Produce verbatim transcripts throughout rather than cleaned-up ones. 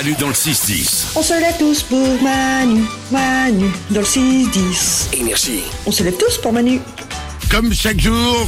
Manu dans le six dix. On se lève tous pour Manu, Manu, dans le six dix. Énergie. On se lève tous pour Manu. Comme chaque jour,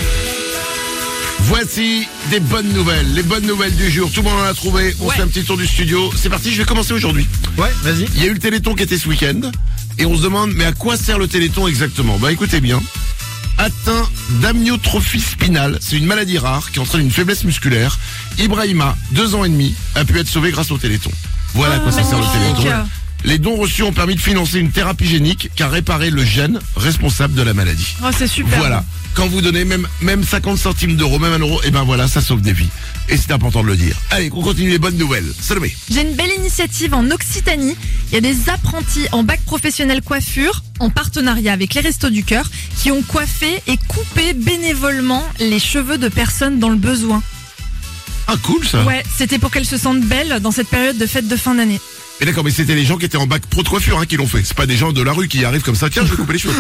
voici des bonnes nouvelles. Les bonnes nouvelles du jour. Tout le monde en a trouvé. On Ouais. fait un petit tour du studio. C'est parti, je vais commencer aujourd'hui. Ouais, vas-y. Il y a eu le Téléthon qui était ce week-end. Et on se demande, mais à quoi sert le Téléthon exactement? Bah écoutez bien. Atteint d'amyotrophie spinale, c'est une maladie rare qui entraîne une faiblesse musculaire. Ibrahima, deux ans et demi, a pu être sauvé grâce au Téléthon. Voilà à quoi ça sert le magnifique. Téléthon. Les dons reçus ont permis de financer une thérapie génique qui a réparé le gène responsable de la maladie. Oh, c'est super. Voilà. Quand vous donnez même, même cinquante centimes d'euros, même un euro, et ben voilà, ça sauve des vies. Et c'est important de le dire. Allez, on continue les bonnes nouvelles. Salomé. J'ai une belle initiative en Occitanie. Il y a des apprentis en bac professionnel coiffure, en partenariat avec les Restos du Cœur, qui ont coiffé et coupé bénévolement les cheveux de personnes dans le besoin. Ah, cool ça. Ouais, c'était pour qu'elles se sentent belles dans cette période de fête de fin d'année. Mais d'accord, mais c'était les gens qui étaient en bac pro de coiffure hein, qui l'ont fait. C'est pas des gens de la rue qui arrivent comme ça. Tiens, je vais couper les cheveux.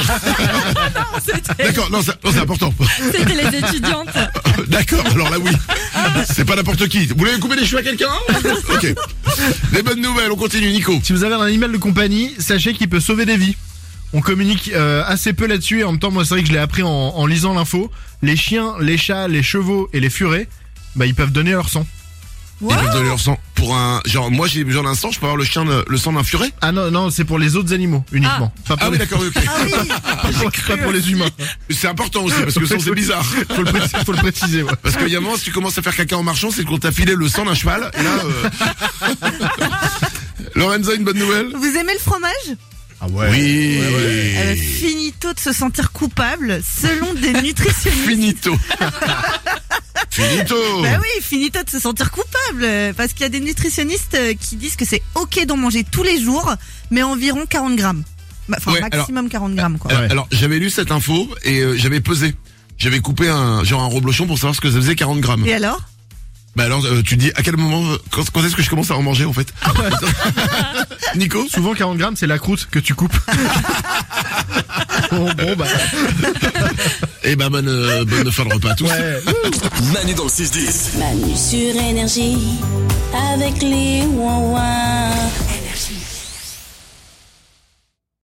C'était, D'accord, non, ça- non, c'est important. c'était les étudiantes. D'accord, alors là oui. C'est pas n'importe qui. Vous voulez couper les cheveux à quelqu'un? Ok. Les bonnes nouvelles, on continue, Nico. Si vous avez un animal de compagnie, sachez qu'il peut sauver des vies. On communique euh, assez peu là-dessus et en même temps, moi, c'est vrai que je l'ai appris en, en lisant l'info. Les chiens, les chats, les chevaux et les furets, bah, ils peuvent donner leur sang. Ils peuvent donner leur sang pour un... Genre, moi j'ai besoin d'un sang, je peux avoir le chien, de- le sang d'un furet? Ah non, non, c'est pour les autres animaux uniquement. Pas pour Ah oui, les, d'accord, ok. pas pour, pas pour les humains. C'est important aussi, parce que le sang c'est bizarre. Faut le, préciser, faut le préciser, ouais. Parce qu'il y a un moment, si tu commences à faire caca en marchant, c'est qu'on t'a filé le sang d'un cheval, et là... Euh... Lorenza, une bonne nouvelle? Vous aimez le fromage? Ah ouais. Oui. Euh, Finito de se sentir coupable selon des nutritionnistes. Finito. Finito. Bah oui, finito de se sentir coupable euh, parce qu'il y a des nutritionnistes euh, qui disent que c'est ok d'en manger tous les jours, mais environ quarante grammes. Bah, Enfin, Ouais, maximum quarante grammes, quoi. Alors, Ouais. alors, j'avais lu cette info et euh, j'avais pesé. J'avais coupé un genre un reblochon pour savoir ce que ça faisait quarante grammes. Et alors? Bah alors, euh, tu te dis à quel moment, euh, quand, quand est-ce que je commence à en manger en fait? Nico? Souvent quarante grammes, c'est la croûte que tu coupes. bon, bon, bah. Eh ben bonne, euh, bonne fin de repas à tous. Ouais. Manu dans le six dix. Manu sur énergie avec les ouin-ouin.